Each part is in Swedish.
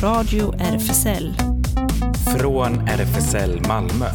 Radio RFSL. Från RFSL Malmö.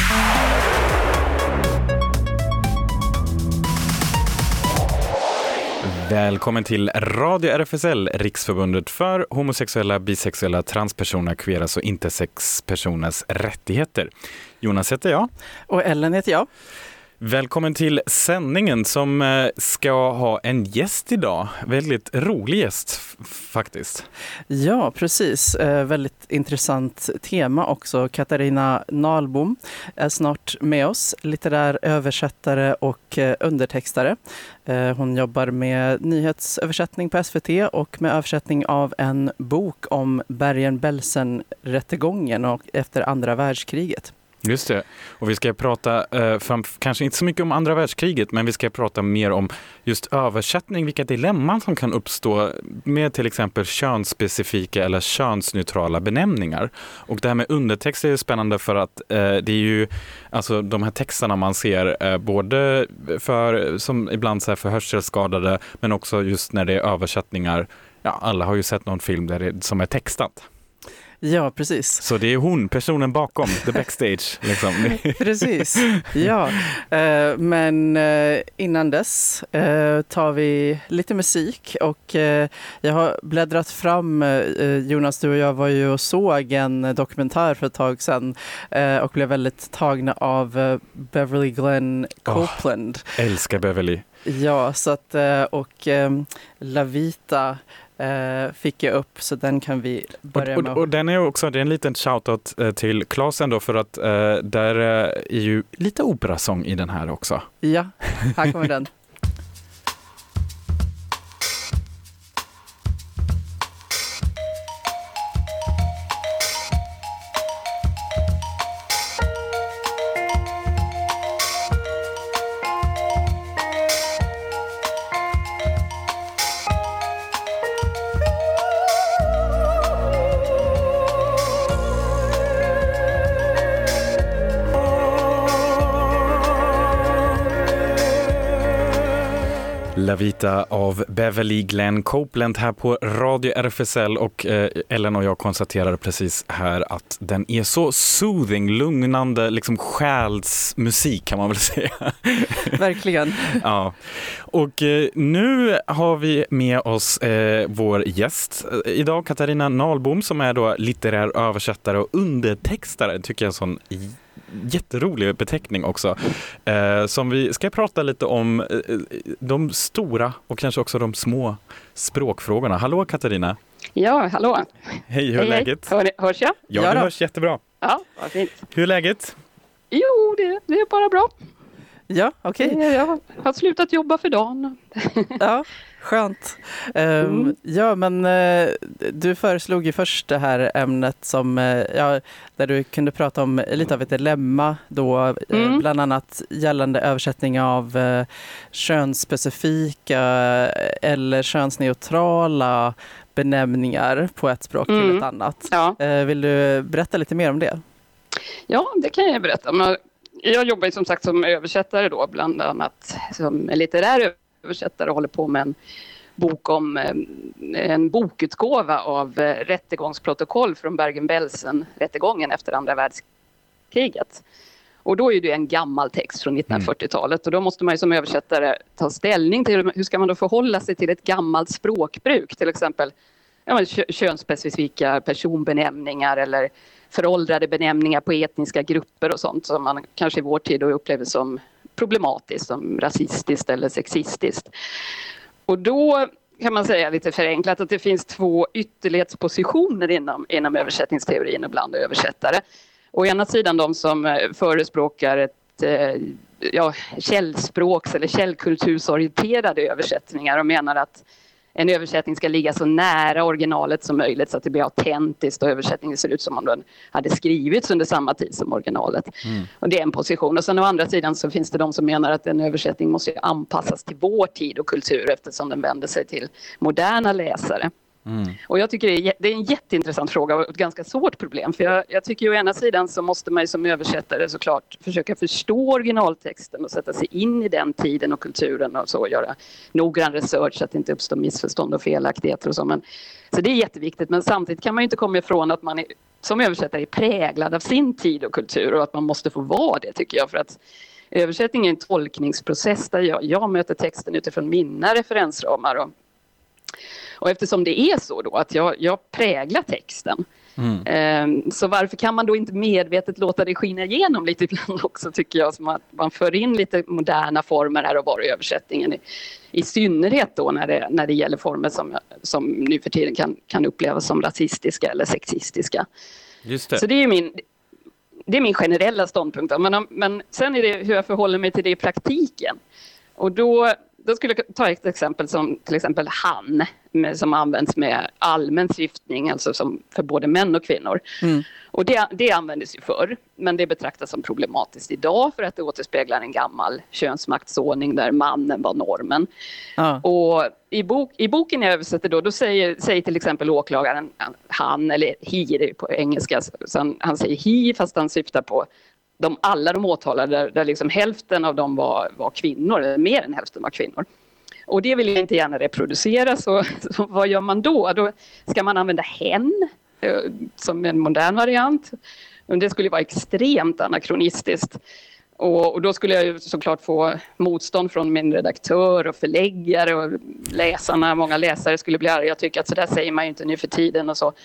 Välkommen till Radio RFSL, Riksförbundet för homosexuella, bisexuella, transpersoner, queeras och intersexpersoners rättigheter. Jonas heter jag. Och Ellen heter jag. Välkommen till sändningen som ska ha en gäst idag. Väldigt rolig gäst faktiskt. Ja, precis. Väldigt intressant tema också. Katarina Nahlbom är snart med oss. Litterär översättare och undertextare. Hon jobbar med nyhetsöversättning på SVT och med översättning av en bok om Bergen-Belsen-rättegången och efter andra världskriget. Just det. Och vi ska prata, kanske inte så mycket om andra världskriget, men vi ska prata mer om just översättning, vilka dilemman som kan uppstå med till exempel könsspecifika eller könsneutrala benämningar. Och det här med undertext är spännande för att det är ju alltså de här texterna man ser både för, som ibland så här för hörselskadade, men också just när det är översättningar. Ja, alla har ju sett någon film där det, som är textat. Ja, precis. Så det är hon, personen bakom, the backstage. Liksom. Precis, ja. Men innan dess tar vi lite musik och jag har bläddrat fram, Jonas, du och jag var ju och såg en dokumentär för ett tag sedan och blev väldigt tagna av Beverly Glenn Copeland. Älskar Beverly. Ja, så att, och La Vita fick jag upp, så den kan vi börja med. Och den är också, det är en liten shoutout till Claes ändå, för att där är ju lite operasång i den här också. Ja, här kommer den. La Vita av Beverly Glenn Copeland här på Radio RFSL, och Ellen och jag konstaterade precis här att den är så soothing, lugnande, liksom själsmusik kan man väl säga. Verkligen. Ja. Och nu har vi med oss vår gäst idag, Katarina Nahlbom, som är då litterär översättare och undertextare, tycker jag är en sån jätterolig beteckning också. Som vi ska prata lite om de stora och kanske också de små språkfrågorna. Hallå Katarina. Ja, hallå. Hej, hur är läget? Hörs jag? Ja, det hörs jättebra. Ja, vad fint. Hur är läget? Jo, det är bara bra. Ja, okej. Jag har slutat jobba för dagen. Ja, skönt. Ja, men du föreslog ju först det här ämnet som, där du kunde prata om lite av ett dilemma då, bland annat gällande översättning av könsspecifika eller könsneutrala benämningar på ett språk till ett annat. Ja. Vill du berätta lite mer om det? Ja, det kan jag berätta. Jag jobbar ju som sagt som översättare då, bland annat som litterär översättare, och håller på med en bok om en bokutgåva av rättegångsprotokoll från Bergen-Belsen-rättegången efter andra världskriget. Och då är det en gammal text från 1940-talet, och då måste man ju som översättare ta ställning till hur ska man då förhålla sig till ett gammalt språkbruk, till exempel könsspecifika personbenämningar eller föråldrade benämningar på etniska grupper och sånt som man kanske i vår tid upplever som problematiskt, som rasistiskt eller sexistiskt. Och då kan man säga lite förenklat att det finns två ytterlighetspositioner inom översättningsteorin och bland översättare. Å ena sidan de som förespråkar ett källspråks- eller källkultursorienterade översättningar och menar att en översättning ska ligga så nära originalet som möjligt så att det blir autentiskt och översättningen ser ut som om den hade skrivits under samma tid som originalet. Och det är en position. Och sen å andra sidan så finns det de som menar att en översättning måste anpassas till vår tid och kultur eftersom den vänder sig till moderna läsare. Och jag tycker det är en jätteintressant fråga och ett ganska svårt problem. För jag tycker ju å ena sidan så måste man ju som översättare såklart försöka förstå originaltexten och sätta sig in i den tiden och kulturen och så, göra noggrann research så att det inte uppstår missförstånd och felaktigheter och så. Så det är jätteviktigt, men samtidigt kan man ju inte komma ifrån att man som översättare är präglad av sin tid och kultur och att man måste få vara det, tycker jag, för att översättning är en tolkningsprocess där jag möter texten utifrån mina referensramar och eftersom det är så då att jag präglar texten, så varför kan man då inte medvetet låta det skina igenom lite ibland också, tycker jag, som att man för in lite moderna former här och var i översättningen, i synnerhet då när det gäller former som nu för tiden kan upplevas som rasistiska eller sexistiska. Just det. Så det är min generella ståndpunkt. Men sen är det hur jag förhåller mig till det i praktiken. Och då skulle jag ta ett exempel som till exempel han, som används med allmän syftning, alltså som för både män och kvinnor. Och det användes ju förr, men det betraktas som problematiskt idag för att det återspeglar en gammal könsmaktsordning där mannen var normen. Och i boken jag översätter då säger till exempel åklagaren han, eller he på engelska, så han säger he fast han syftar på alla de åtalade där liksom hälften av dem var kvinnor, eller mer än hälften var kvinnor. Och det vill jag inte gärna reproducera, så vad gör man då? Då ska man använda hen som en modern variant. Men det skulle vara extremt anakronistiskt. Och då skulle jag ju såklart få motstånd från min redaktör och förläggare och läsarna. Många läsare skulle bli arga och tycka att så där säger man ju inte nu för tiden och så.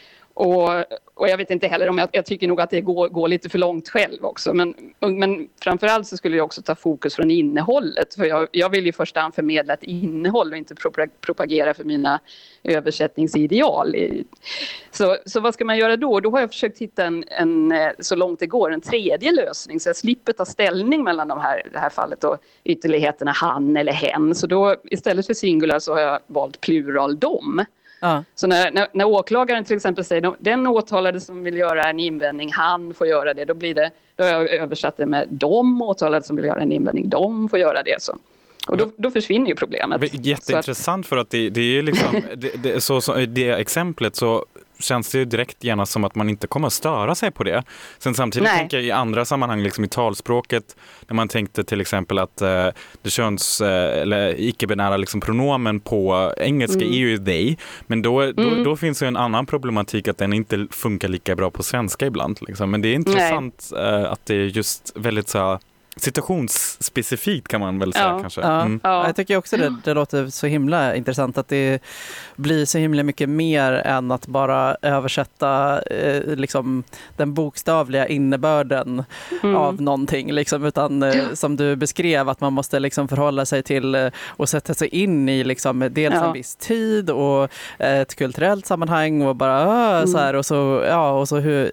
Och jag vet inte heller om jag tycker nog att det går lite för långt själv också. Men framförallt så skulle jag också ta fokus från innehållet. För jag vill ju i första hand förmedla ett innehåll och inte propagera för mina översättningsideal. Så vad ska man göra då? Då har jag försökt hitta så långt det går en tredje lösning. Så jag slipper ta ställning mellan det här fallet och ytterligheterna han eller hen. Så då istället för singular så har jag valt plural dom. Så när åklagaren till exempel säger den åtalade som vill göra en invändning, han får göra det, då har jag översatt det med de åtalade som vill göra en invändning, de får göra det. Så. Och då försvinner ju problemet. Jätteintressant, för att det är liksom så det exemplet så känns det ju direkt gärna som att man inte kommer att störa sig på det. Sen samtidigt tänker jag i andra sammanhang, liksom i talspråket, när man tänkte till exempel att det eller icke-binära liksom pronomen på engelska är ju they, men då finns ju en annan problematik att den inte funkar lika bra på svenska ibland. Liksom. Men det är intressant att det är just väldigt så situationsspecifikt, kan man väl säga kanske. Jag tycker också det låter så himla intressant att det blir så himla mycket mer än att bara översätta liksom den bokstavliga innebörden av någonting, liksom, utan som du beskrev, att man måste liksom förhålla sig till och sätta sig in i liksom dels en viss tid och ett kulturellt sammanhang och bara så här och så hur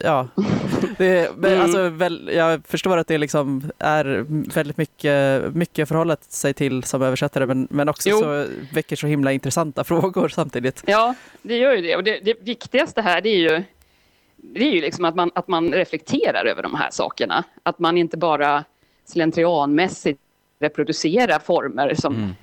alltså jag förstår att det liksom är väldigt mycket förhållat sig till som översättare, men också så väcker så himla intressanta frågor samtidigt. Ja, det gör ju det. Och det viktigaste här det är ju liksom att man reflekterar över de här sakerna. Att man inte bara slentrianmässigt reproducerar former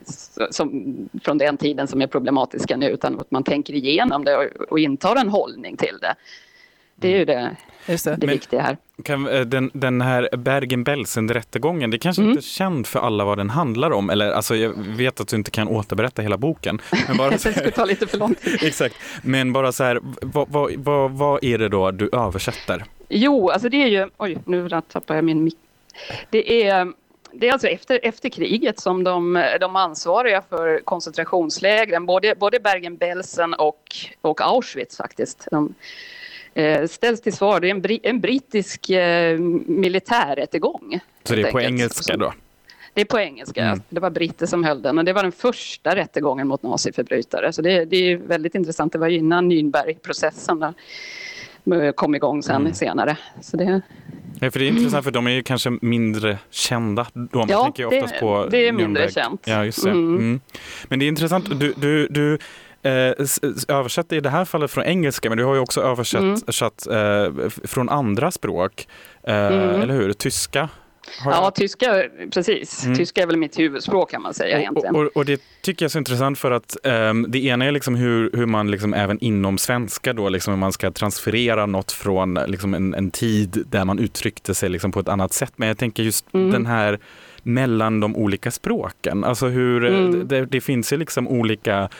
som från den tiden som är problematiska nu, utan att man tänker igenom det och intar en hållning till det. Det är ju det viktiga här. Den här Bergen-Belsen-rättegången, det kanske inte är känt för alla vad den handlar om. Eller, alltså, jag vet att du inte kan återberätta hela boken. Men bara det skulle ta lite för lång tid. Exakt. Men bara så här, vad är det då du översätter? Jo, alltså det är ju... Oj, nu tappar jag min mick. Det är alltså efter kriget som de ansvariga för koncentrationslägren, både Bergen-Belsen och Auschwitz faktiskt, ställs till svar. Det är en brittisk militärrättegång. Så det är på engelska då? Det är på engelska. Det var britter som höll den. Och det var den första rättegången mot naziförbrytare. Så det är väldigt intressant. Det var innan Nürnbergprocessen kom igång senare. Så det... Ja, för det är intressant, för de är ju kanske mindre kända. Man tänker ju oftast på det är mindre Nürnberg. känt. Ja, just det. Men det är intressant. Du översätter i det här fallet från engelska, men du har ju också översatt från andra språk, eller hur? Tyska? Ja, tyska, precis. Tyska är väl mitt huvudspråk kan man säga egentligen. Och det tycker jag är så intressant för att det ena är liksom hur man liksom även inom svenska då liksom man ska transferera något från liksom en tid där man uttryckte sig liksom på ett annat sätt. Men jag tänker just den här mellan de olika språken. Alltså hur det finns ju liksom olika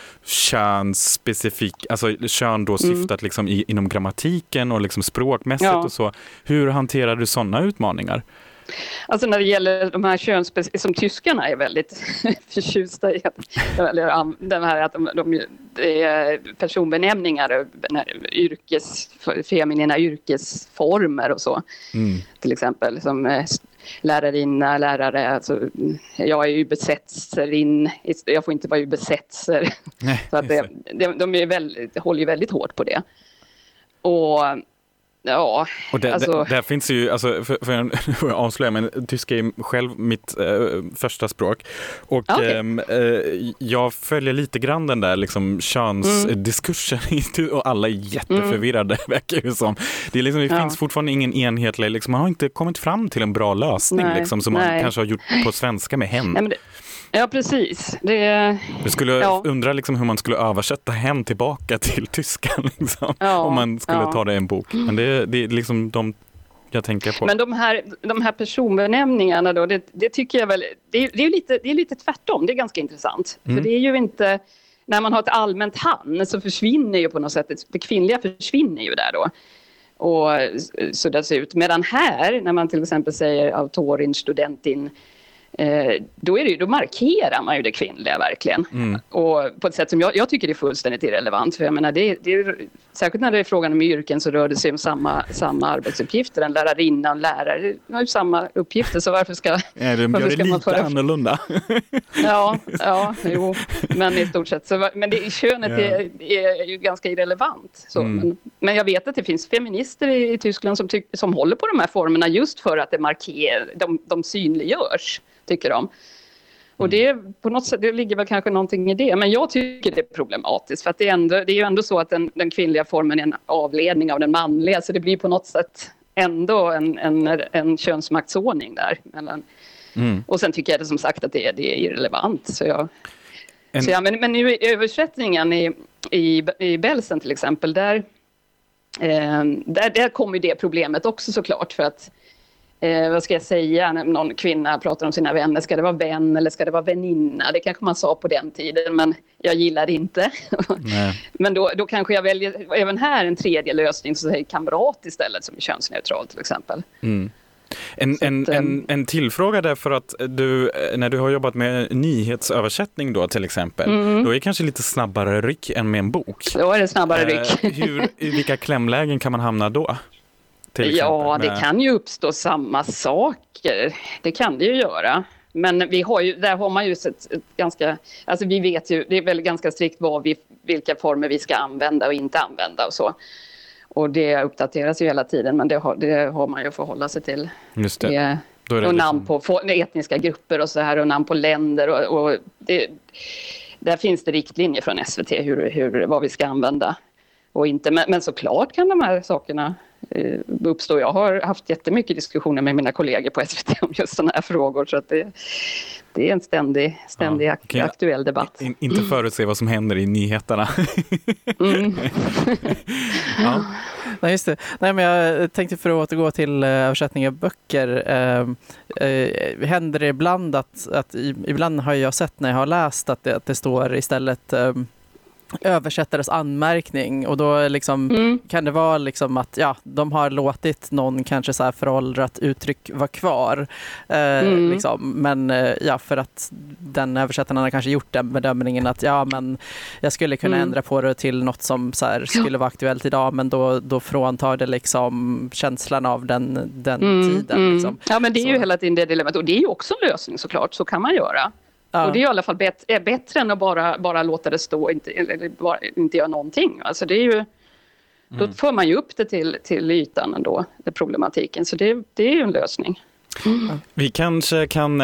alltså kön då syftat liksom inom grammatiken och liksom språkmässigt och så. Hur hanterar du sådana utmaningar? Alltså när det gäller de här som tyskarna är väldigt förtjusta i, den här att det är personbenämningar, feminina yrkesformer och så. Till exempel som lärarinna, lärare, alltså, jag är ju besätsetserin, jag får inte vara ju besätser. Så att de håller ju väldigt hårt på det. Och ja, och där finns ju, alltså, för jag avslöja, men tyska är själv mitt första språk. Och jag följer lite grann den där liksom könsdiskursen och alla är jätteförvirrade, verkar ju som. Det är liksom, det finns fortfarande ingen enhetlig, liksom, man har inte kommit fram till en bra lösning liksom, som man kanske har gjort på svenska med hen. Ja, precis. Jag skulle undra liksom hur man skulle översätta hen tillbaka till tyskan liksom, om man skulle ta det i en bok. Men det är liksom de jag tänker på. Men de här personbenämningarna då, det tycker jag väl, det är lite tvärtom. Det är ganska intressant. För det är ju inte, när man har ett allmänt han så försvinner ju på något sätt, det kvinnliga försvinner ju där då. Och suddas ut. Medan här, när man till exempel säger autorin, studentin, då markerar man ju det kvinnliga verkligen. Och på ett sätt som jag tycker är fullständigt irrelevant. För jag menar, det är, särskilt när det är frågan om yrken så rör det sig om samma arbetsuppgifter. En lärarinna och en lärare har ju samma uppgifter, så varför ska man föra annorlunda? ja, jo. Men i stort sett men könet är ju ganska irrelevant. Så. Men jag vet att det finns feminister i Tyskland som håller på de här formerna just för att det markerar, de synliggörs, tycker de. Och det på något sätt, det ligger väl kanske någonting i det. Men jag tycker det är problematiskt. För att det är ju ändå så att den kvinnliga formen är en avledning av den manliga. Så det blir på något sätt ändå en könsmaktsordning där. Och sen tycker jag det som sagt att det är irrelevant. Men nu i översättningen i Belsen till exempel, där kommer det problemet också såklart. För att vad ska jag säga, när någon kvinna pratar om sina vänner, ska det vara vän eller ska det vara väninna? Det kanske man sa på den tiden, men jag gillar det inte. Men då kanske jag väljer även här en tredje lösning, så säger kamrat istället, som är könsneutral till exempel. En tillfråga där, för att när du har jobbat med nyhetsöversättning då till exempel, då är det kanske lite snabbare ryck än med en bok. Då är det snabbare ryck. I vilka klämlägen kan man hamna då? Ja, det kan ju uppstå samma saker. Det kan det ju göra. Men där har man ju sett ganska, alltså vi vet ju, det är väl ganska strikt vilka former vi ska använda och inte använda och så. Och det uppdateras ju hela tiden, men det har man ju att förhålla sig till. Just det. Och namn på etniska grupper och så här, och namn på länder och där finns det riktlinjer från SVT vad vi ska använda och inte. Men såklart kan de här sakerna uppstå. Jag har haft jättemycket diskussioner med mina kollegor på SVT om just sådana här frågor, så att det är en ständig aktuell debatt. Inte förutse vad som händer i nyheterna. Nej, just det. Nej, men jag tänkte, för att återgå till översättning av böcker, händer det ibland att ibland har jag sett när jag har läst att det står istället översättares anmärkning, och då liksom kan det vara liksom att de har låtit någon kanske så här föråldrat uttryck vara kvar liksom, men för att den översättaren har kanske gjort den bedömningen att men jag skulle kunna ändra på det till något som så här skulle vara aktuellt idag, men då fråntar det liksom känslan av den tiden liksom. Ja, men det är ju hela tiden det dilemmat, och det är ju också en lösning såklart, så kan man göra. Och det är i alla fall bättre än att bara låta det stå och inte göra någonting. Alltså det är ju, då får man ju upp det till ytan ändå, det problematiken. Så det är ju en lösning. Vi kanske kan,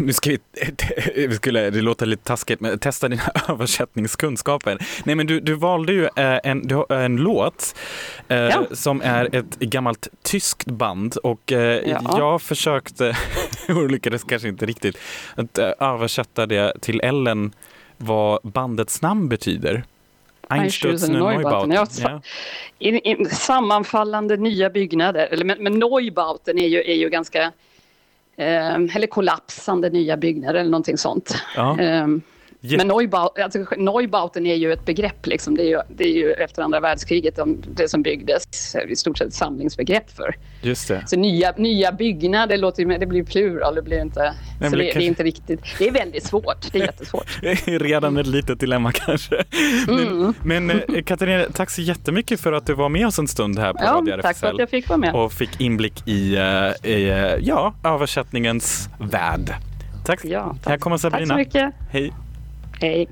det låter lite taskigt, men testa dina översättningskunskaper. Nej, men du valde ju en låt som är ett gammalt tyskt band, och jag försökte och lyckades kanske inte riktigt att översätta det till Ellen vad bandets namn betyder. Einstürzende Neubauten. Ja. Sammanfallande nya byggnader. Men Neubauten är ju ganska... eller kollapsande nya byggnader eller någonting sånt. Ja. Men Neubauten är ju ett begrepp. Liksom. Det är ju efter andra världskriget det som byggdes i stort sett samlingsbegrepp för. Just det. Så nya byggnader, det blir plural, det blir inte... Nej, så det är inte riktigt... Det är väldigt svårt, det är jättesvårt. Redan ett litet dilemma kanske. Men Katarina, tack så jättemycket för att du var med oss en stund här på Radio RFSL. Tack för att jag fick vara med. Och fick inblick i översättningens värld. Tack. Ja, tack. Här kommer Sabrina. Tack så mycket. Hej. Hej.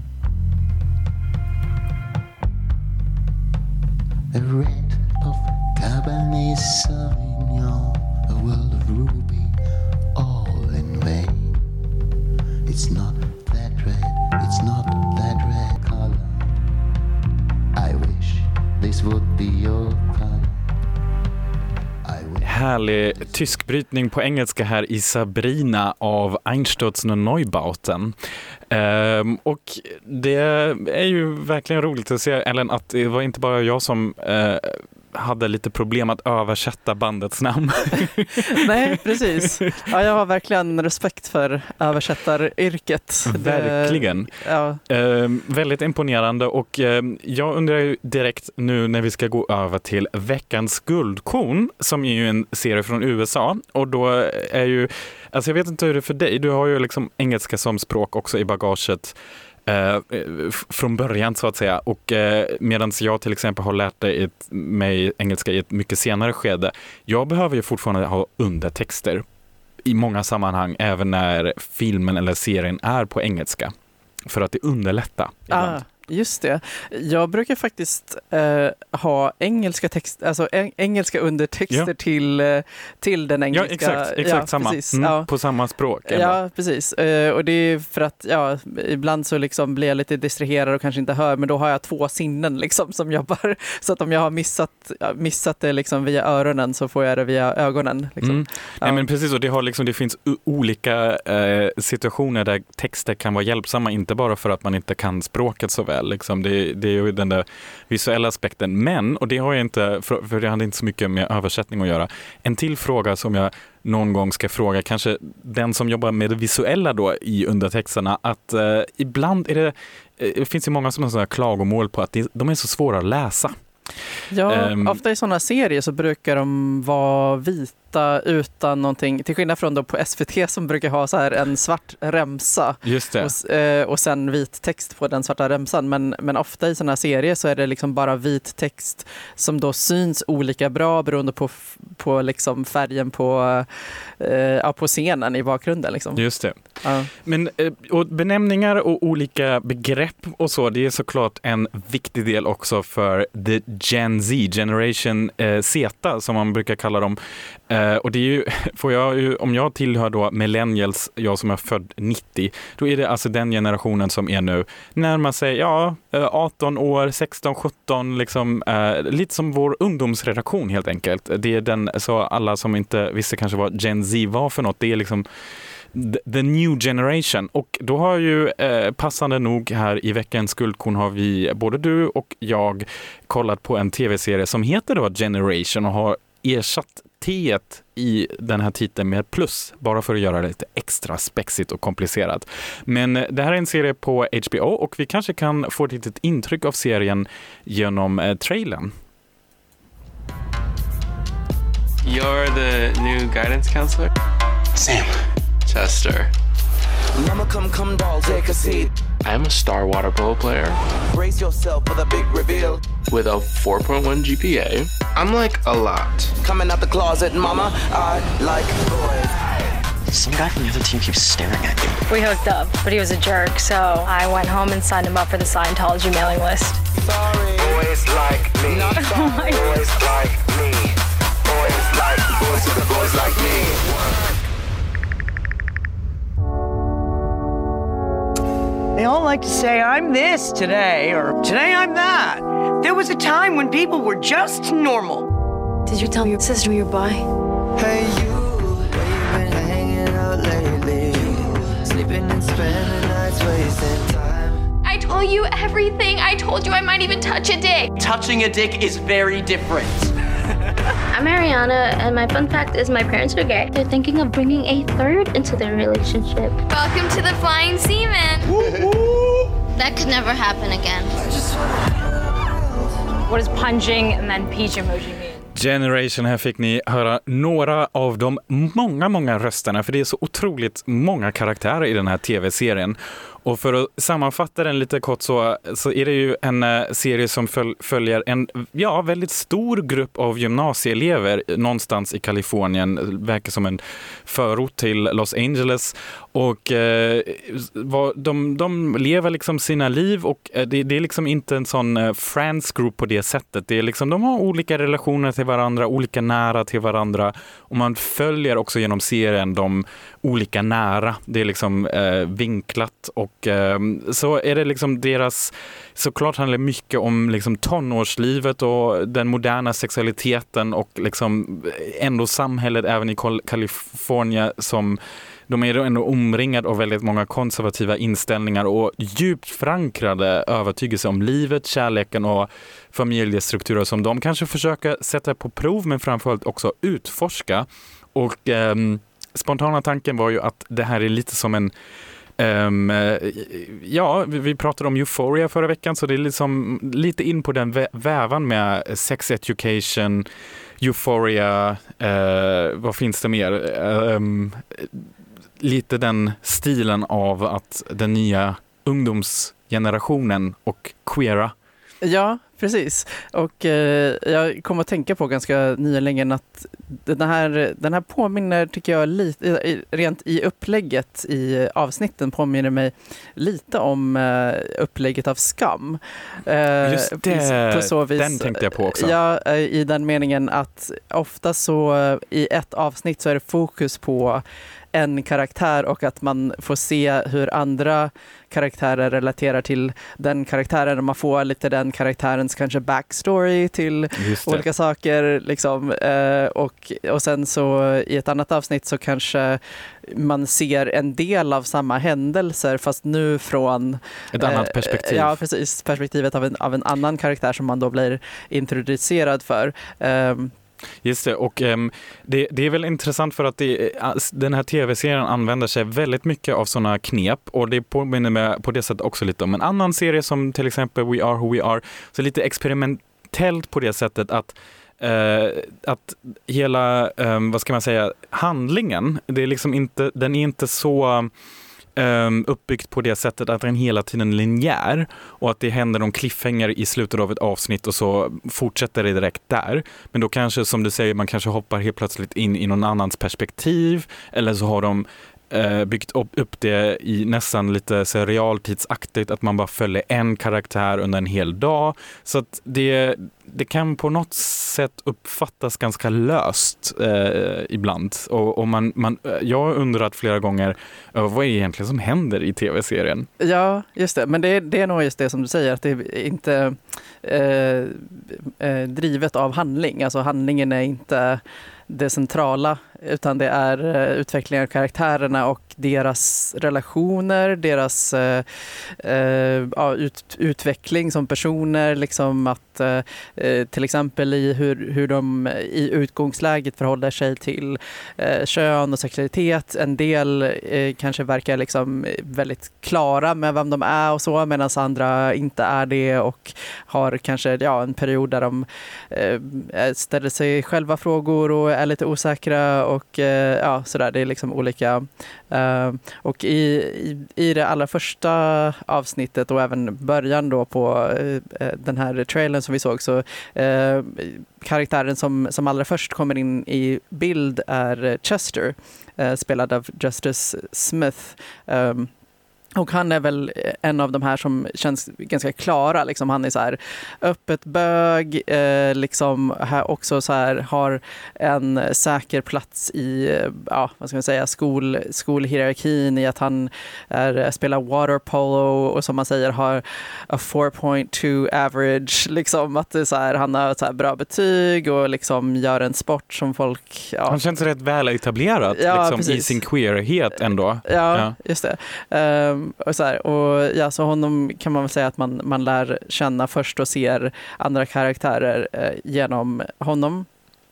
A red of Cabernet Sauvignon, a world of ruby, all in vain. It's not that red color. I wish this would be your color. Härlig tyskbrytning på engelska här i Sabrina av Einstürzende Neubauten. Och det är ju verkligen roligt att se, Ellen, att det var inte bara jag som hade lite problem att översätta bandets namn. Nej, precis. Ja, jag har verkligen respekt för översättaryrket. Verkligen. Väldigt imponerande, och jag undrar ju direkt nu när vi ska gå över till veckans guldkorn, som är ju en serie från USA, och då är ju, alltså jag vet inte hur det är för dig, du har ju liksom engelska som språk också i bagaget från början så att säga, och medan jag till exempel har lärt mig engelska i ett mycket senare skede, jag behöver ju fortfarande ha undertexter i många sammanhang, även när filmen eller serien är på engelska, för att det underlättar ibland. Just det. Jag brukar faktiskt ha engelska text, alltså engelska undertexter till den engelska. Ja, exakt samma. Precis. På samma språk. Ja, precis. Och det är för att ibland så liksom blir jag lite distraherad och kanske inte hör, men då har jag 2 sinnen liksom som jobbar, så att om jag har missat det liksom via öronen, så får jag det via ögonen liksom. Nej, men precis, och det finns olika situationer där texter kan vara hjälpsamma, inte bara för att man inte kan språket så väl. Liksom. Det är ju den där visuella aspekten. Men, och det har jag inte, för det hade inte så mycket med översättning att göra. En till fråga som jag någon gång ska fråga, kanske den som jobbar med det visuella då i undertexterna, att ibland är det finns ju många sådana klagomål på att de är så svåra att läsa. Ja, ofta i sådana serier så brukar de vara vita utan någonting, till skillnad från då på SVT som brukar ha så här en svart remsa. Just det. Och sen vit text på den svarta remsan, men ofta i sådana serier så är det liksom bara vit text som då syns olika bra beroende på liksom färgen på scenen i bakgrunden liksom. Just det. Men och benämningar och olika begrepp och så, det är såklart en viktig del också för the Gen Z, Generation Z som man brukar kalla dem. Och det är ju, om jag tillhör då millennials, jag som är född 90, då är det alltså den generationen som är nu närmar sig 18 år, 16, 17 liksom, lite som vår ungdomsredaktion helt enkelt. Det är den, så alla som inte visste kanske vad Gen Z var för något, det är liksom the new generation. Och då har ju passande nog här i veckans guldkorn har vi, både du och jag, kollat på en tv-serie som heter då Generation och har ersatt T-et i den här titeln med plus, bara för att göra det lite extra spexigt och komplicerat. Men det här är en serie på HBO och vi kanske kan få ett litet intryck av serien genom trailern. You're the new guidance counselor? Sam. Chester. Mama, come, doll, take a seat. I'm a star water polo player. Brace yourself for the big reveal. With a 4.1 GPA. I'm like a lot. Coming out the closet, mama, I like boys. Some guy from the other team keeps staring at you. We hooked up, but he was a jerk, so I went home and signed him up for the Scientology mailing list. Sorry. Boys like me. Not sorry. Boys like me. Boys like me. They all like to say, I'm this today, or today I'm that. There was a time when people were just normal. Did you tell your sister you're bi? Hey, you, where you been hanging spending nights wasting time. I told you everything. I told you I might even touch a dick. Touching a dick is very different. I'm Ariana, and my fun fact is my parents are gay. They're thinking of bringing a third into their relationship. Welcome to the Flying Seaman. That could never happen again. What does punching and then peach emoji mean? Generation, här fick ni höra några av de många rösterna, för det är så otroligt många karaktärer i den här tv-serien. Och för att sammanfatta den lite kort så är det ju en serie som följer en väldigt stor grupp av gymnasieelever någonstans i Kalifornien, verkar som en förort till Los Angeles, och de lever liksom sina liv, och det är liksom inte en sån friends group på det sättet. Det är liksom, de har olika relationer till varandra, olika nära till varandra, och man följer också genom serien de olika nära. Det är liksom vinklat, och så är det liksom deras, såklart handlar det mycket om liksom tonårslivet och den moderna sexualiteten, och liksom ändå samhället även i Kalifornien, som de är ändå omringade av väldigt många konservativa inställningar och djupt förankrade övertygelse om livet, kärleken och familjestrukturer som de kanske försöker sätta på prov, men framförallt också utforska. Och spontana tanken var ju att det här är lite som en vi pratade om Euphoria förra veckan, så det är liksom lite in på den vävan med sex education, Euphoria, vad finns det mer? Lite den stilen av att den nya ungdomsgenerationen och queera. Ja, precis. Och jag kom att tänka på ganska nyligen att den här påminner, tycker jag, lite, rent i upplägget i avsnitten påminner mig lite om upplägget av Skam. Just det, på så vis, den tänkte jag på också. Ja, i den meningen att ofta så i ett avsnitt så är det fokus på en karaktär, och att man får se hur andra karaktärer relaterar till den karaktären. Man får lite den karaktärens kanske backstory till olika saker. Liksom. Och sen så i ett annat avsnitt så kanske man ser en del av samma händelser, fast nu från ett annat perspektiv. Ja, precis. Perspektivet av en annan karaktär som man då blir introducerad för. Just det, och det är väl intressant för att den här tv-serien använder sig väldigt mycket av sådana knep, och det påminner mig på det sättet också lite om en annan serie som till exempel We Are Who We Are, så lite experimentellt på det sättet att hela, vad ska man säga, handlingen, det är liksom inte, den är inte så uppbyggt på det sättet att den hela tiden är linjär, och att det händer någon cliffhanger i slutet av ett avsnitt och så fortsätter det direkt där. Men då kanske, som du säger, man kanske hoppar helt plötsligt in i någon annans perspektiv, eller så har de byggt upp det i nästan lite så realtidsaktigt, att man bara följer en karaktär under en hel dag. Så att det kan på något sätt uppfattas ganska löst ibland. Och jag har undrat flera gånger, vad är det egentligen som händer i tv-serien? Ja, just det. Men det är nog just det som du säger, att det är inte drivet av handling. Alltså handlingen är inte det centrala, utan det är utvecklingen av karaktärerna och deras relationer, deras utveckling som personer, liksom att till exempel i hur de i utgångsläget förhåller sig till kön och sexualitet. En del kanske verkar liksom väldigt klara med vem de är och så, medan andra inte är det och har kanske en period där de ställer sig själva frågor och är lite osäkra och sådär. Det är liksom olika. Och i det allra första avsnittet och även början då på den här trailern som vi såg, så karaktären som allra först kommer in i bild är Chester, spelad av Justice Smith. Och han är väl en av de här som känns ganska klara. Liksom, han är så här öppet bög, liksom här också så här, har en säker plats i vad ska man säga, skolhierarkin, i att han spelar waterpolo och som man säger har a 4.2 average. Liksom, att det är så här, han har så här bra betyg och liksom gör en sport som folk... Ja. Han känns rätt väl etablerad liksom, i sin queerhet ändå. Ja. Just det. Så honom kan man väl säga att man lär känna först och ser andra karaktärer genom honom.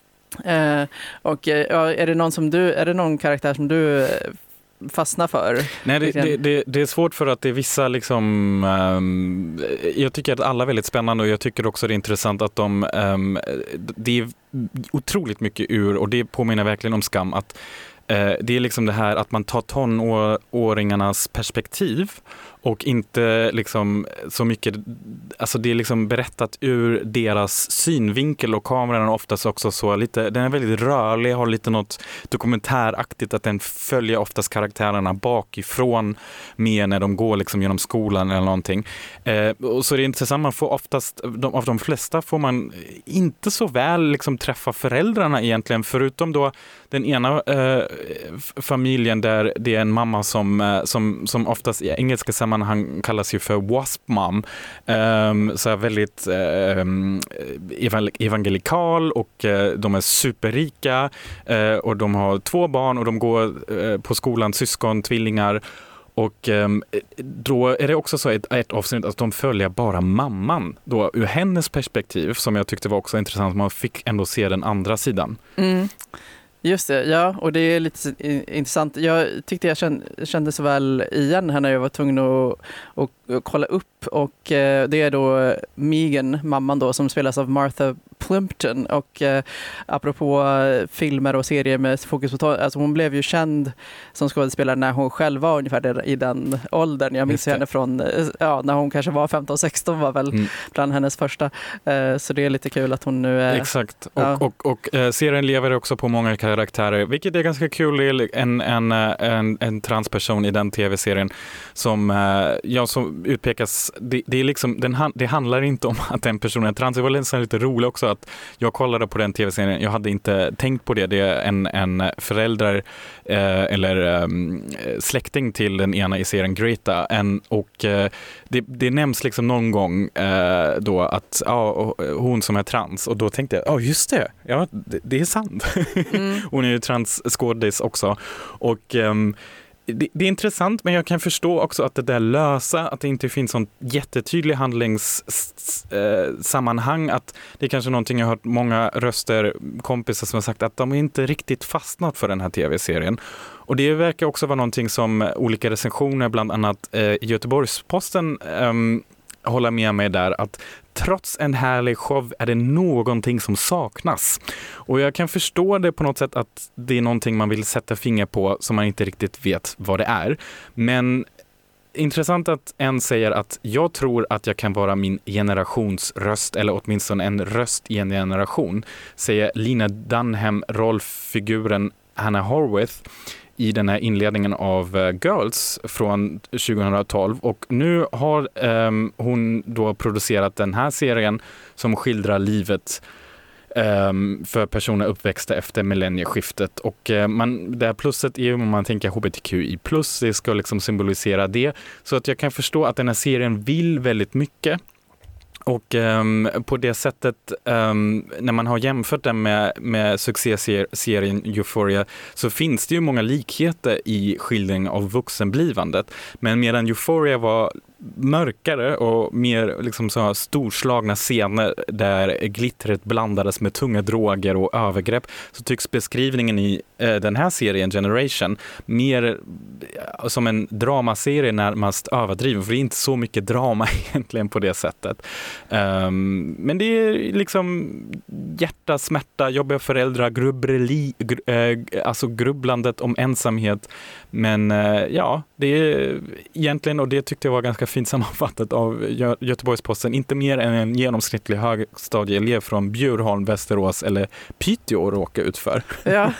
Är det någon karaktär som du fastnar för? Nej, det är svårt för att det är vissa liksom, jag tycker att alla är väldigt spännande, och jag tycker också det är intressant att det är otroligt mycket och det påminner verkligen om Skam, att det är liksom det här att man tar tonåringarnas perspektiv och inte liksom så mycket, alltså det är liksom berättat ur deras synvinkel, och kameran är oftast också så lite, den är väldigt rörlig, har lite något dokumentäraktigt, att den följer oftast karaktärerna bakifrån mer när de går liksom genom skolan eller någonting. Och så är det intressant, man får oftast, av de flesta får man inte så väl liksom träffa föräldrarna egentligen, förutom då den ena familjen där det är en mamma som oftast i engelska sammanhang kallas ju för wasp mom, så väldigt evangelikal, och de är superrika, och de har 2 barn och de går på skolan, syskon, tvillingar. Och då är det också så ett avsnitt att de följer bara mamman då, ur hennes perspektiv, som jag tyckte var också intressant. Man fick ändå se den andra sidan. Just det, ja, och det är lite intressant. Jag tyckte jag kände så väl igen här när jag var tvungen att kolla upp, och det är då Megan, mamman då, som spelas av Martha Plimpton, och apropå filmer och serier med fokus på alltså hon blev ju känd som skådespelare när hon själv var ungefär i den åldern. Jag minns henne från när hon kanske var 15-16 var väl bland hennes första. Så det är lite kul att hon nu är... Exakt, och serien lever också på många karaktärer, vilket är ganska kul. Det är en transperson i den tv-serien som som utpekas, det är liksom, det handlar inte om att den personen är trans. Det var nästan lite roligt också att jag kollade på den tv-serien, jag hade inte tänkt på det. Det är en förälder eller släkting till den ena i serien, Greta, och det nämns liksom någon gång då att hon som är trans, och då tänkte jag, just det, det är sant. Hon är ju transskådis också, och det är intressant, men jag kan förstå också att det där lösa, att det inte finns sån jättetydlig handlingssammanhang, att det är kanske någonting jag har hört många kompisar som har sagt att de inte riktigt fastnat för den här tv-serien. Och det verkar också vara någonting som olika recensioner, bland annat Göteborgs-Posten, hålla med mig där, att trots en härlig show är det någonting som saknas. Och jag kan förstå det på något sätt, att det är någonting man vill sätta finger på som man inte riktigt vet vad det är. Men intressant att en säger att jag tror att jag kan vara min generationsröst, eller åtminstone en röst i en generation, säger Lena Dunham, rollfiguren Hannah Horwath, i den här inledningen av Girls från 2012, och nu har hon då producerat den här serien som skildrar livet för personer uppväxta efter millennieskiftet, och det här plusset är, om man tänker HBTQI+, det ska liksom symbolisera det, så att jag kan förstå att den här serien vill väldigt mycket. Och på det sättet, när man har jämfört den med succéserien Euphoria, så finns det ju många likheter i skildring av vuxenblivandet. Men medan Euphoria var mörkare och mer liksom så storslagna scener där glittret blandades med tunga droger och övergrepp, så tycks beskrivningen i den här serien Generation mer som en dramaserie, närmast överdriven, för det är inte så mycket drama egentligen på det sättet. Men det är liksom hjärta, smärta, jobbiga föräldrar, alltså grubblandet om ensamhet. Men det är egentligen, och det tyckte jag var ganska fint sammanfattat av Göteborgs-Posten, inte mer än en genomsnittlig högstadieelev från Bjurholm, Västerås eller Piteå råkar ut för. Ja,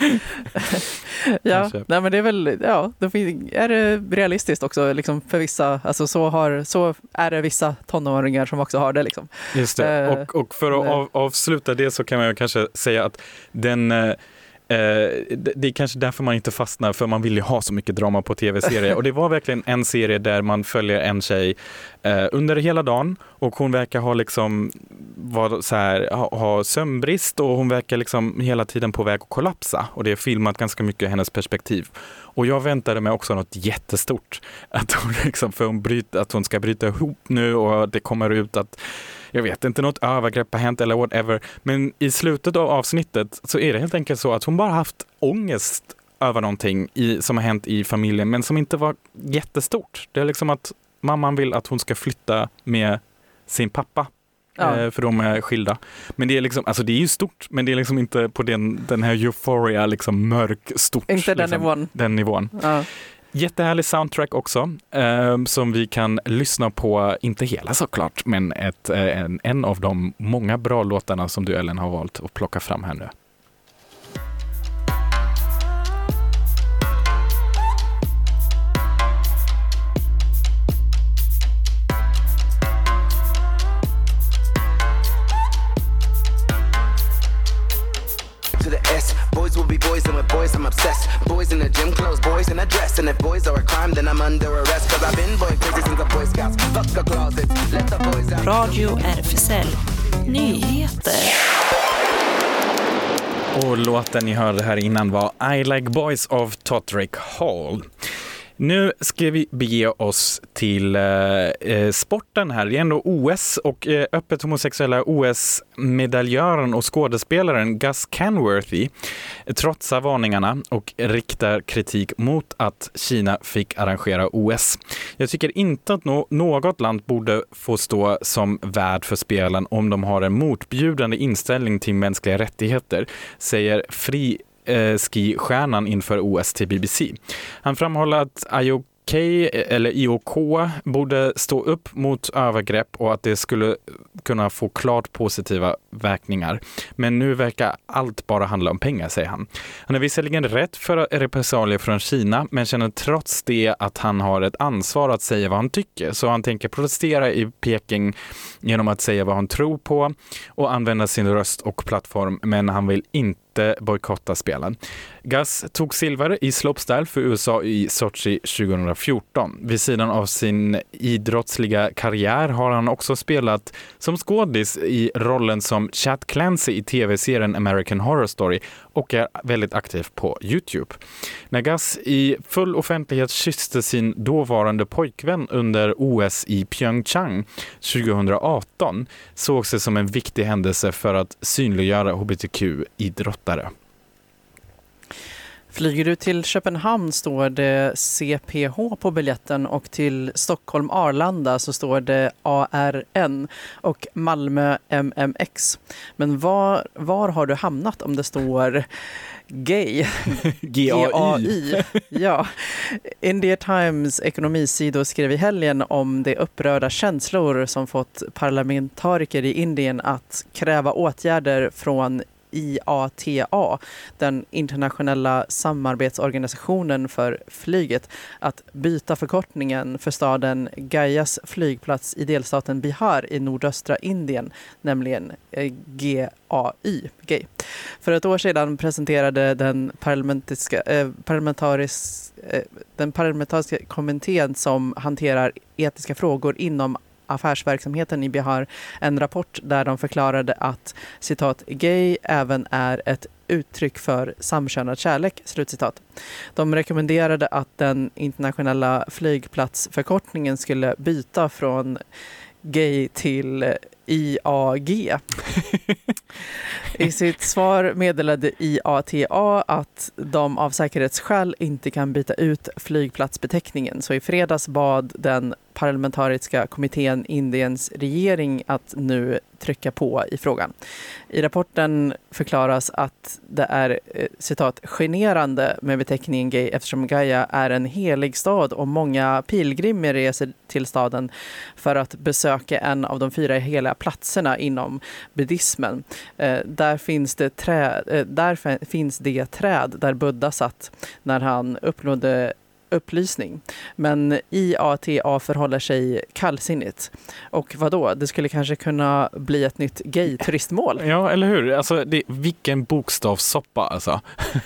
ja. Nej, men det är väl, ja, är det realistiskt också liksom för vissa, alltså så är det vissa tonåringar som också har det liksom. Just det, och för att avsluta det så kan man kanske säga att det är kanske därför man inte fastnar, för man vill ju ha så mycket drama på tv-serier. Och det var verkligen en serie där man följer en tjej under hela dagen, och hon verkar ha sömnbrist, och hon verkar liksom hela tiden på väg att kollapsa, och det är filmat ganska mycket i hennes perspektiv. Och jag väntade mig också något jättestort, att hon liksom, att hon ska bryta ihop nu, och det kommer ut att jag vet inte, något övergrepp har hänt eller whatever. Men i slutet av avsnittet så är det helt enkelt så att hon bara haft ångest över någonting som har hänt i familjen, men som inte var jättestort. Det är liksom att mamman vill att hon ska flytta med sin pappa. Ja. För de är skilda. Men det är liksom, alltså det är ju stort, men det är liksom inte på den här euphoria liksom mörk stort. Inte liksom, den nivån. Ja. Jättehärlig soundtrack också, som vi kan lyssna på, inte hela såklart, men en av de många bra låtarna som du, Ellen, har valt att plocka fram här nu. Boys will be boys, and with boys I'm obsessed. Boys in the gym clothes, boys in a dress. And if boys are a crime, then I'm under arrest. Cause I've been boy crazy since the Boy Scouts. Fuck the closets, let the boys out. Radio RFSL Nyheter. Och låten ni hörde här innan var I Like Boys of Totterick Hall. Nu ska vi bege oss till sporten här. Det är ändå OS, och öppet homosexuella OS-medaljören och skådespelaren Gus Kenworthy trotsar varningarna och riktar kritik mot att Kina fick arrangera OS. Jag tycker inte att något land borde få stå som värd för spelen om de har en motbjudande inställning till mänskliga rättigheter, säger skistjärnan inför OS till BBC. Han framhåller att IOK borde stå upp mot övergrepp och att det skulle kunna få klart positiva verkningar. Men nu verkar allt bara handla om pengar, säger han. Han är visserligen rätt för repressalier från Kina, men känner trots det att han har ett ansvar att säga vad han tycker. Så han tänker protestera i Peking genom att säga vad han tror på och använda sin röst och plattform, men han vill inte bojkotta spelen. Gus tog silver i slopestyle för USA i Sochi 2014. Vid sidan av sin idrottsliga karriär har han också spelat som skådis i rollen som Chad Clancy i tv-serien American Horror Story och är väldigt aktiv på YouTube. När Gus i full offentlighet kysste sin dåvarande pojkvän under OS i Pyeongchang 2018 sågs det som en viktig händelse för att synliggöra hbtq-idrottare. Flyger du till Köpenhamn står det CPH på biljetten, och till Stockholm Arlanda så står det ARN och Malmö MMX. Men var har du hamnat om det står gay? GAI. Ja. India Times ekonomisidor skrev i helgen om de upprörda känslor som fått parlamentariker i Indien att kräva åtgärder från IATA, den internationella samarbetsorganisationen för flyget, att byta förkortningen för staden Gayas flygplats i delstaten Bihar i nordöstra Indien, nämligen GAI. Gay. För ett år sedan presenterade den parlamentariska kommittén som hanterar etiska frågor inom affärsverksamheten i Bihar en rapport där de förklarade att, citat, gay även är ett uttryck för samkönad kärlek, slutcitat. De rekommenderade att den internationella flygplatsförkortningen skulle byta från gay till IAG. I sitt svar meddelade IATA att de av säkerhetsskäl inte kan byta ut flygplatsbeteckningen. Så i fredags bad den parlamentariska kommittén Indiens regering att nu trycka på i frågan. I rapporten förklaras att det är citat generande med beteckningen gay eftersom Gaya är en helig stad och många pilgrimer reser till staden för att besöka en av de 4 heliga platserna inom buddhismen. Där finns det träd där Buddha satt när han uppnådde upplysning. Men IATA förhåller sig kallsinnigt. Och vadå? Det skulle kanske kunna bli ett nytt gay-turistmål. Ja, eller hur? Alltså, vilken bokstavssoppa alltså.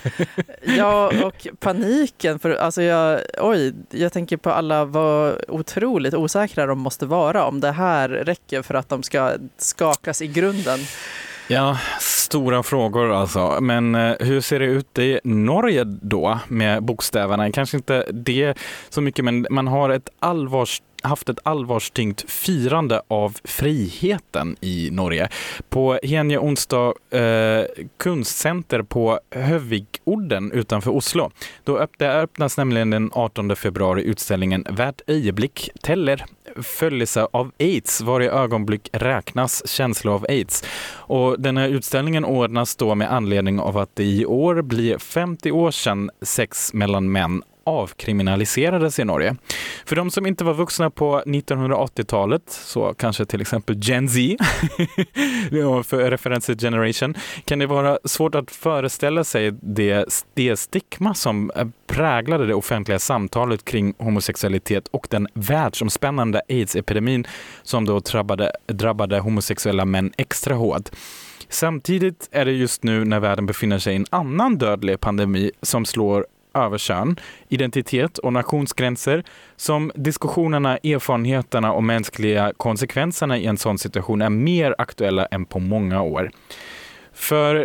Ja, och paniken. För, alltså jag tänker på alla vad otroligt osäkra de måste vara om det här räcker för att de ska skakas i grunden. Ja, stora frågor alltså. Men hur ser det ut i Norge då med bokstäverna? Kanske inte det så mycket, men man har haft ett allvarstyngt firande av friheten i Norge. På Henje onsdag kunstcenter på Høvik-odden utanför Oslo. Det öppnas nämligen den 18 februari utställningen Hvert ögonblick teller, följelse av AIDS, varje ögonblick räknas, känsla av AIDS. Och den här utställningen ordnas då med anledning av att det i år blir 50 år sedan sex mellan män avkriminaliserades i Norge. För de som inte var vuxna på 1980-talet, så kanske till exempel Gen Z, för referenser generation, kan det vara svårt att föreställa sig det stigma som präglade det offentliga samtalet kring homosexualitet och den världsomspännande AIDS-epidemin som då drabbade homosexuella män extra hårt. Samtidigt är det just nu när världen befinner sig i en annan dödlig pandemi som slår över kön, identitet och nationsgränser som diskussionerna, erfarenheterna och mänskliga konsekvenserna i en sån situation är mer aktuella än på många år. För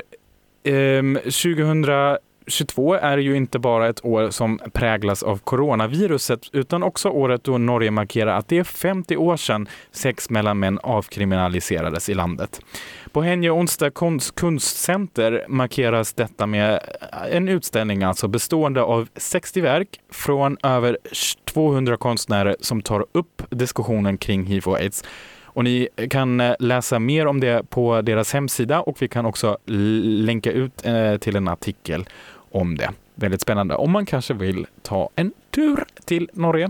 2022 är ju inte bara ett år som präglas av coronaviruset utan också året då Norge markerar att det är 50 år sedan sex mellan män avkriminaliserades i landet. På Henje onsdag kunstcenter markeras detta med en utställning alltså bestående av 60 verk från över 200 konstnärer som tar upp diskussionen kring HIV och AIDS. Och ni kan läsa mer om det på deras hemsida och vi kan också länka ut till en artikel om det. Väldigt spännande om man kanske vill ta en tur till Norge.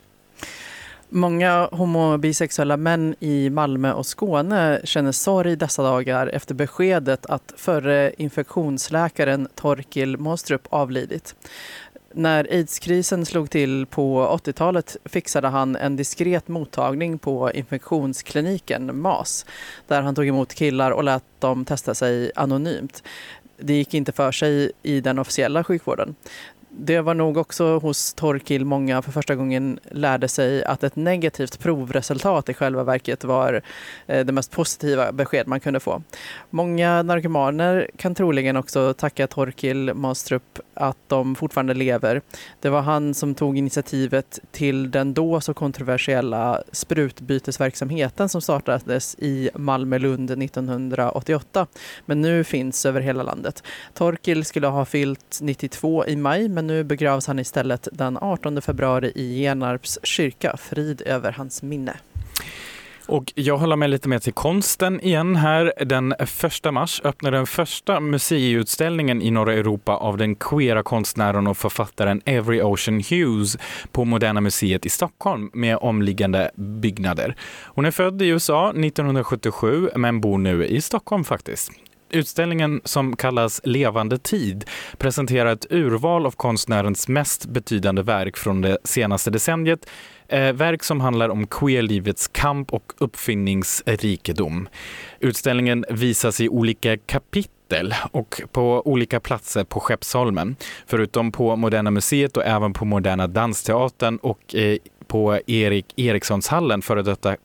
Många homobisexuella män i Malmö och Skåne känner sorg dessa dagar efter beskedet att förre infektionsläkaren Torkil Mostrup avlidit. När AIDS-krisen slog till på 80-talet fixade han en diskret mottagning på infektionskliniken MAS, där han tog emot killar och lät dem testa sig anonymt. Det gick inte för sig i den officiella sjukvården. Det var nog också hos Torkil många för första gången lärde sig att ett negativt provresultat i själva verket var det mest positiva besked man kunde få. Många narkomaner kan troligen också tacka Torkil Mostrup att de fortfarande lever. Det var han som tog initiativet till den då så kontroversiella sprutbytesverksamheten som startades i Malmö-Lund 1988, men nu finns över hela landet. Torkil skulle ha fyllt 92 i maj, men nu begravs han istället den 18 februari i Genarps kyrka. Frid över hans minne. Och jag håller med lite mer till konsten igen här. Den 1 mars öppnar den första museiutställningen i norra Europa av den queera konstnären och författaren Avery Ocean Hughes på Moderna Museet i Stockholm med omliggande byggnader. Hon är född i USA 1977 men bor nu i Stockholm faktiskt. Utställningen, som kallas Levande tid, presenterar ett urval av konstnärens mest betydande verk från det senaste decenniet. Verk som handlar om queerlivets kamp och uppfinningsrikedom. Utställningen visas i olika kapitel och på olika platser på Skeppsholmen. Förutom på Moderna Museet och även på Moderna Dansteatern och på Erikssonshallen, före detta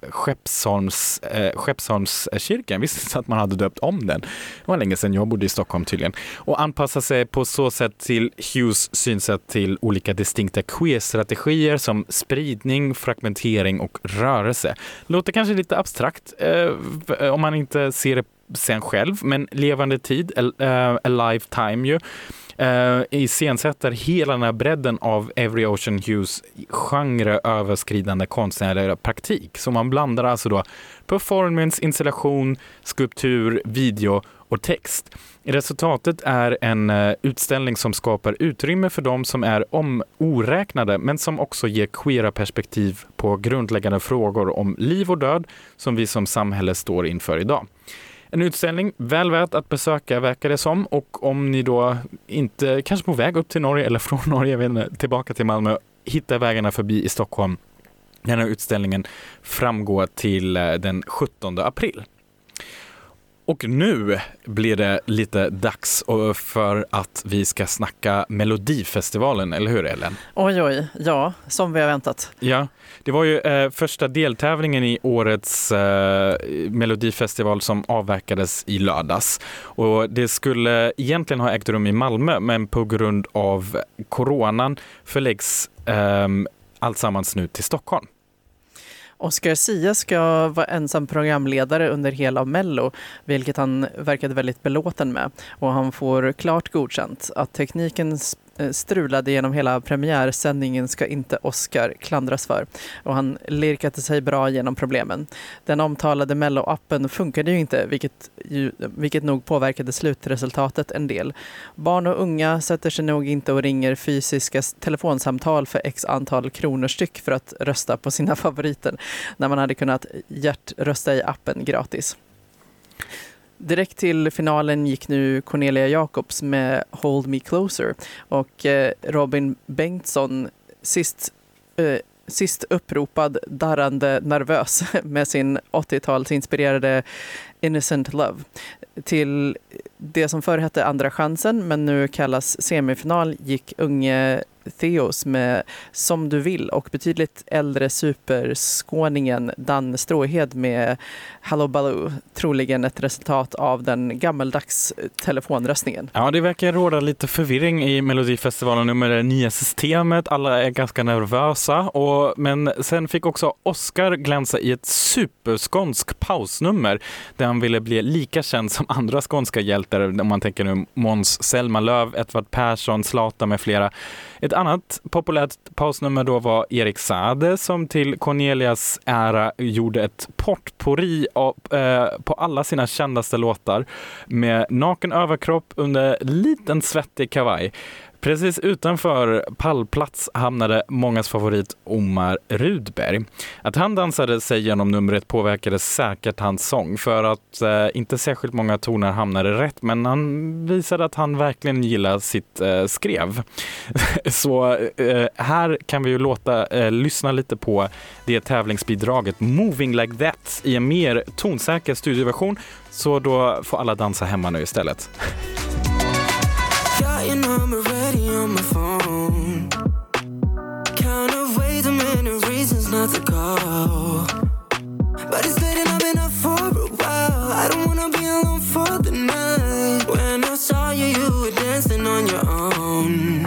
Skeppsholmskyrkan. Visste att man hade döpt om den. Det var länge sedan jag bodde i Stockholm tydligen. Och anpassar sig på så sätt till Hughes synsätt till olika distinkta queer-strategier som spridning, fragmentering och rörelse. Låter kanske lite abstrakt om man inte ser det sen själv, men levande tid, a lifetime ju. iscensätter hela den här bredden av Every Ocean Hues genreöverskridande konstnärliga praktik. Så man blandar alltså då performance, installation, skulptur, video och text. Resultatet är en utställning som skapar utrymme för dem som är oräknade, men som också ger queera perspektiv på grundläggande frågor om liv och död som vi som samhälle står inför idag. En utställning väl värt att besöka verkar det som, och om ni då inte kanske på väg upp till Norge eller från Norge tillbaka till Malmö hittar vägarna förbi i Stockholm. Den här utställningen framgår till den 17 april. Och nu blir det lite dags för att vi ska snacka Melodifestivalen, eller hur Ellen? Oj, ja, som vi har väntat. Ja, det var ju första deltävlingen i årets Melodifestival som avverkades i lördags. Och det skulle egentligen ha ägt rum i Malmö, men på grund av coronan förläggs alltsammans nu till Stockholm. Oscar Sia ska vara ensam programledare under hela Mello, vilket han verkade väldigt belåten med. Och han får klart godkänt. Att tekniken strulade genom hela premiärsändningen ska inte Oscar klandras för. Och han lirkade sig bra genom problemen. Den omtalade Mello-appen funkade ju inte, vilket nog påverkade slutresultatet en del. Barn och unga sätter sig nog inte och ringer fysiska telefonsamtal för x antal kronor styck för att rösta på sina favoriter, när man hade kunnat hjärtrösta i appen gratis. Direkt till finalen gick nu Cornelia Jacobs med Hold Me Closer, och Robin Bengtsson sist uppropad darrande nervös med sin 80-talsinspirerade Innocent Love. Till det som förr hette Andra chansen men nu kallas semifinal gick unge Theos med Som du vill, och betydligt äldre superskåningen Dan Stråhed med Hallo Baloo, troligen ett resultat av den gammaldags telefonröstningen. Ja, det verkar råda lite förvirring i Melodifestivalen nu med det nya systemet. Alla är ganska nervösa, men sen fick också Oscar glänsa i ett superskånsk pausnummer där han ville bli lika känd som andra skånska hjältar, om man tänker nu Måns Zelmerlöw, Edvard Persson, Zlatan med flera. Ett annat populärt pausnummer då var Erik Saade, som till Cornelias ära gjorde ett potpourri på alla sina kändaste låtar med naken överkropp under liten svettig kavaj. Precis utanför pallplats hamnade mångas favorit Omar Rudberg. Att han dansade sig genom numret påverkade säkert hans sång, för att inte särskilt många toner hamnade rätt, men han visade att han verkligen gillar sitt skrev. Så här kan vi ju lyssna lite på det tävlingsbidraget Moving Like That i en mer tonsäker studioversion, så då får alla dansa hemma nu istället. Got your number ready on my phone. Count of way too many reasons not to call. But it's late and I've been up for a while. I don't wanna be alone for the night. When I saw you, you were dancing on your own.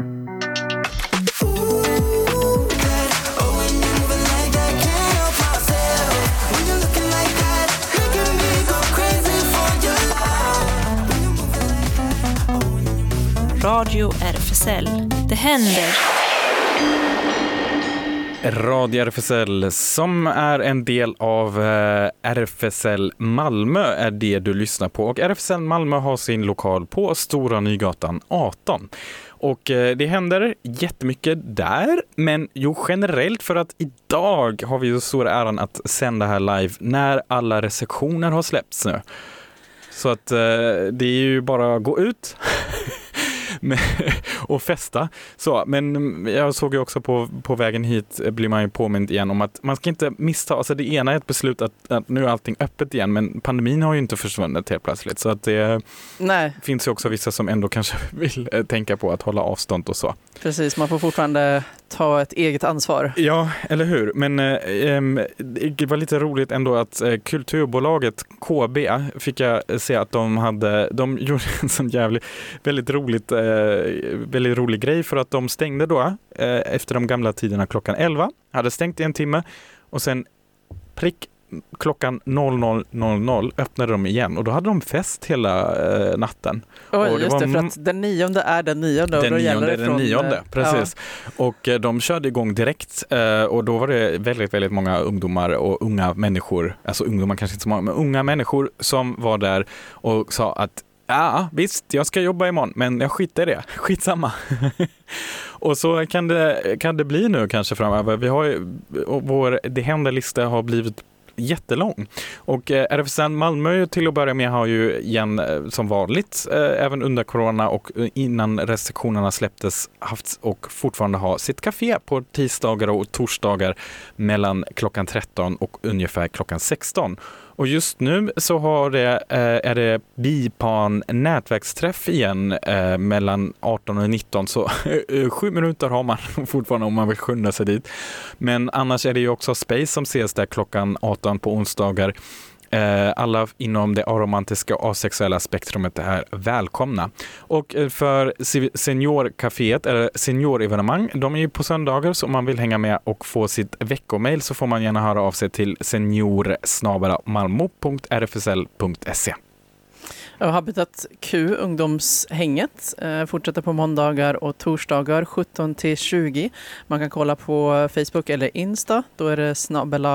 Ooh, that, oh, when you're moving like that, can't help myself. When you're looking like that, making me go crazy for your love. When you're moving like that, oh, when you're Radio RFSL. Det händer. Radio RFSL, som är en del av RFSL Malmö, är det du lyssnar på. Och RFSL Malmö har sin lokal på Stora Nygatan 18. Och det händer jättemycket där, men generellt, för att idag har vi ju stora äran att sända här live när alla recensioner har släppts nu. Så att det är ju bara att gå ut och festa. Så, men jag såg ju också på vägen hit blir man ju påmind igen om att man ska inte missta, alltså det ena är ett beslut att nu är allting öppet igen, men pandemin har ju inte försvunnit helt plötsligt, så att det finns ju också vissa som ändå kanske vill tänka på att hålla avstånd och så. Precis, man får fortfarande ta ett eget ansvar. Ja, eller hur? Men det var lite roligt ändå att kulturbolaget KB fick jag se att de gjorde en sån väldigt rolig grej, för att de stängde då efter de gamla tiderna klockan 11, hade stängt i en timme och sen klockan 00.00 öppnade de igen och då hade de fest hela natten. Oj, och just det, för att den 9:e är den 9:e. Den 9:e är den 9:e, precis. Ja. Och de körde igång direkt och då var det väldigt, väldigt många ungdomar och unga människor, alltså ungdomar kanske inte så många, men unga människor som var där och sa att ja, visst, jag ska jobba imorgon, men jag skiter i det. Skitsamma. Och så kan det bli nu kanske framöver. Vi har ju, det händer-lista har blivit jättelång. Och RFSL Malmö till att börja med har ju igen som vanligt även under corona och innan restriktionerna släpptes haft och fortfarande ha sitt café på tisdagar och torsdagar mellan klockan 13 och ungefär klockan 16. Och just nu så är det Bipan nätverksträff igen mellan 18 och 19, så 7 minuter har man fortfarande om man vill skynda sig dit. Men annars är det ju också Space som ses där klockan 18 på onsdagar. Alla inom det aromantiska och asexuella spektrumet är välkomna. Och för seniorcaféet eller seniorevenemang, de är ju på söndagar, så om man vill hänga med och få sitt veckomail så får man gärna höra av sig till senior@malmo.rfsl.se. Habitat Q, ungdomshänget, fortsätter på måndagar och torsdagar 17-20. Man kan kolla på Facebook eller Insta. Då är det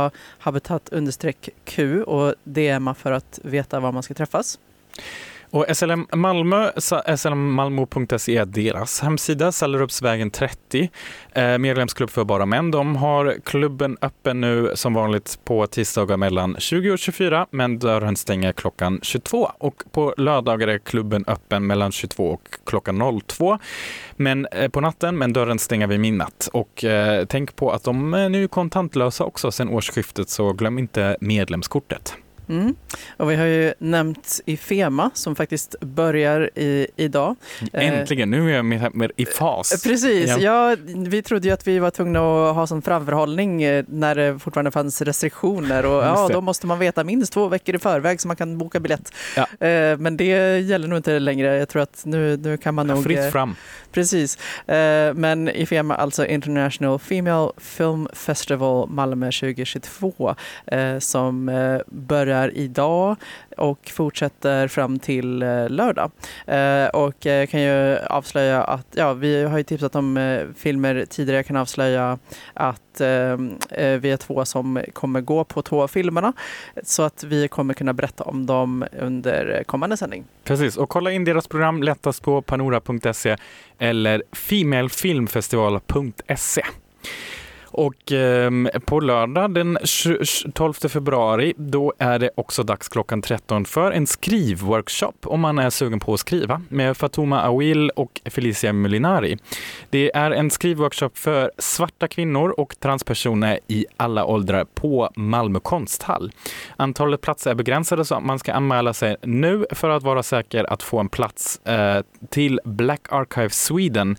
@habitat_Q och DMa för att veta var man ska träffas. Och SLM Malmö, slmmalmo.se är deras hemsida, Sallerupsvägen 30, medlemsklubb för bara män. De har klubben öppen nu som vanligt på tisdagar mellan 20 och 24, men dörren stänger klockan 22. Och på lördagar är klubben öppen mellan 22 och klockan 02. Men på natten, men dörren stänger vid midnatt. Och tänk på att de är nu kontantlösa också sen årsskiftet, så glöm inte medlemskortet. Mm. Och vi har ju nämnt IFEMA som faktiskt börjar idag. Äntligen, nu är jag mer i fas. Precis, ja, vi trodde ju att vi var tvungna att ha sån framförhållning när det fortfarande fanns restriktioner. Och då måste man veta minst 2 veckor i förväg så man kan boka biljett. Ja. Men det gäller nog inte längre. Jag tror att nu kan man nog... Fritt fram. Precis. Men IFEMA, alltså International Female Film Festival Malmö 2022, som börjar idag och fortsätter fram till lördag. Och jag kan ju avslöja att vi har ju tipsat om filmer tidigare. Jag kan avslöja att vi är 2 som kommer gå på 2 filmerna, så att vi kommer kunna berätta om dem under kommande sändning. Precis, och kolla in deras program lättast på panora.se eller femalefilmfestival.se. Och på lördag den 12 februari då är det också dags klockan 13 för en skrivworkshop om man är sugen på att skriva med Fatuma Awil och Felicia Molinari. Det är en skrivworkshop för svarta kvinnor och transpersoner i alla åldrar på Malmö konsthall. Antalet platser är begränsade, så man ska anmäla sig nu för att vara säker att få en plats till Black Archive Sweden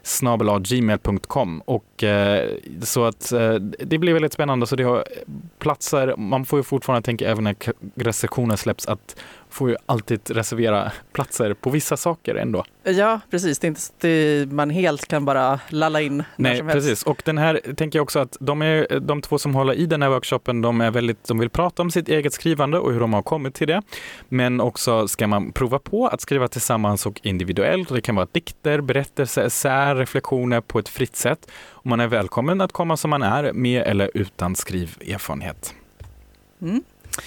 @gmail.com. Och så att det blir väldigt spännande, så det har platser, man får ju fortfarande tänka även när restriktioner släpps att får ju alltid reservera platser på vissa saker ändå. Ja, precis. Det är inte så att man helt kan bara lalla in. Nej, precis. Och den här tänker jag också att de 2 som håller i den här workshopen, de vill prata om sitt eget skrivande och hur de har kommit till det. Men också ska man prova på att skriva tillsammans och individuellt. Det kan vara dikter, berättelser, essäer, reflektioner på ett fritt sätt. Och man är välkommen att komma som man är, med eller utan skriverfarenhet. Mm.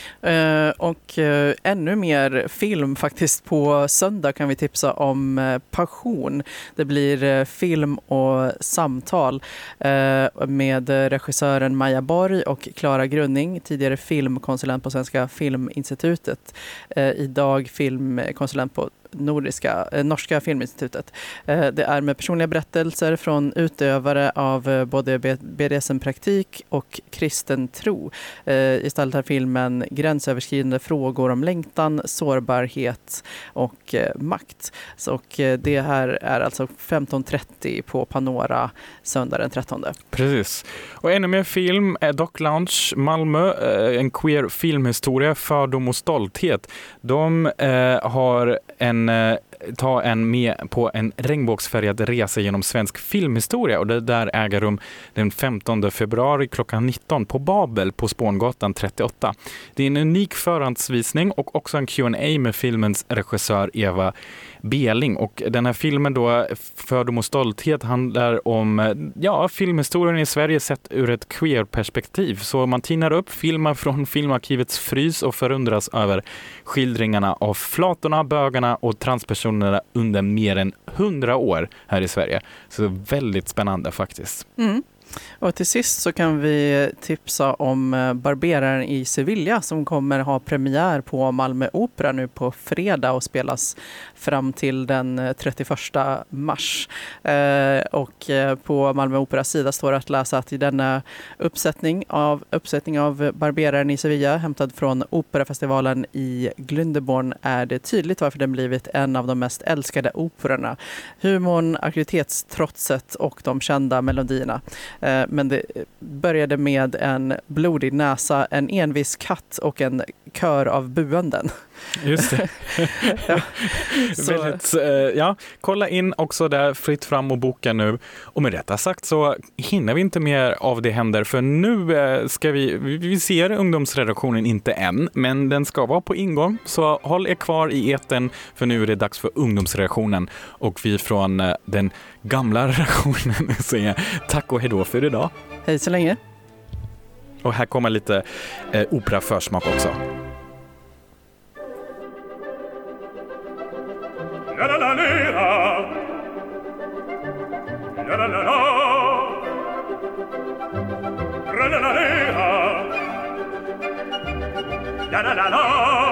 Och ännu mer film faktiskt. På söndag kan vi tipsa om Passion. Det blir film och samtal med regissören Maja Borg och Klara Grunning, tidigare filmkonsulent på Svenska Filminstitutet, idag filmkonsulent på Norska Filminstitutet. Det är med personliga berättelser från utövare av både BDSM-praktik och kristen tro. Gestaltar filmen gränsöverskridande frågor om längtan, sårbarhet och makt. Och det här är alltså 15:30 på Panora söndag den 13. Precis. Och ännu mer film är Doc Lounge Malmö, en queer filmhistoria, fördom och stolthet. De har ta en med på en regnbågsfärgad resa genom svensk filmhistoria, och det där äger rum den 15 februari klockan 19 på Babel på Spångatan 38. Det är en unik förhandsvisning och också en Q&A med filmens regissör Eva Beling, och den här filmen då, Fördom och stolthet, handlar om filmhistorien i Sverige sett ur ett queer-perspektiv. Så man tinar upp filmer från filmarkivets frys och förundras över skildringarna av flatorna, bögarna och transpersonerna under mer än 100 år här i Sverige. Så väldigt spännande faktiskt. Mm. Och till sist så kan vi tipsa om Barberaren i Sevilla som kommer ha premiär på Malmö Opera nu på fredag och spelas fram till den 31 mars. Och på Malmö Operas sida står att läsa att i denna uppsättning av Barberaren i Sevilla, hämtad från Operafestivalen i Glündeborn, är det tydligt varför den blivit en av de mest älskade operorna. Humorn, aktivitetstrotset och de kända melodierna. Men det började med en blodig näsa, en envis katt och en kör av buenden. Just det. Kolla in också där, fritt fram och boka nu. Och med detta sagt så hinner vi inte mer av det händer, för nu ska vi ser ungdomsredaktionen inte än, men den ska vara på ingång, så håll er kvar i etern, för nu är det dags för ungdomsredaktionen, och vi från den gamla redaktionen säger tack och hejdå för idag. Hej så länge. Och här kommer lite operaförsmak också. La la la la la la la la la la la la la la.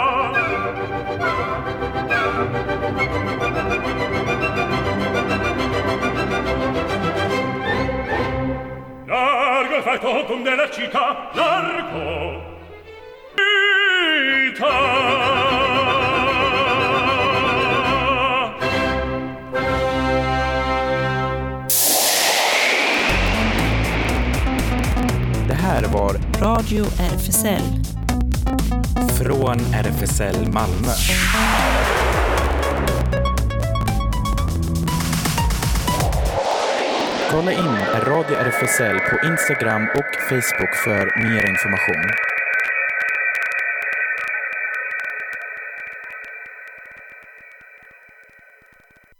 Largo il factotum della città, largo vita. Det här var Radio RFSL från RFSL Malmö. Kolla in Radio RFSL på Instagram och Facebook för mer information.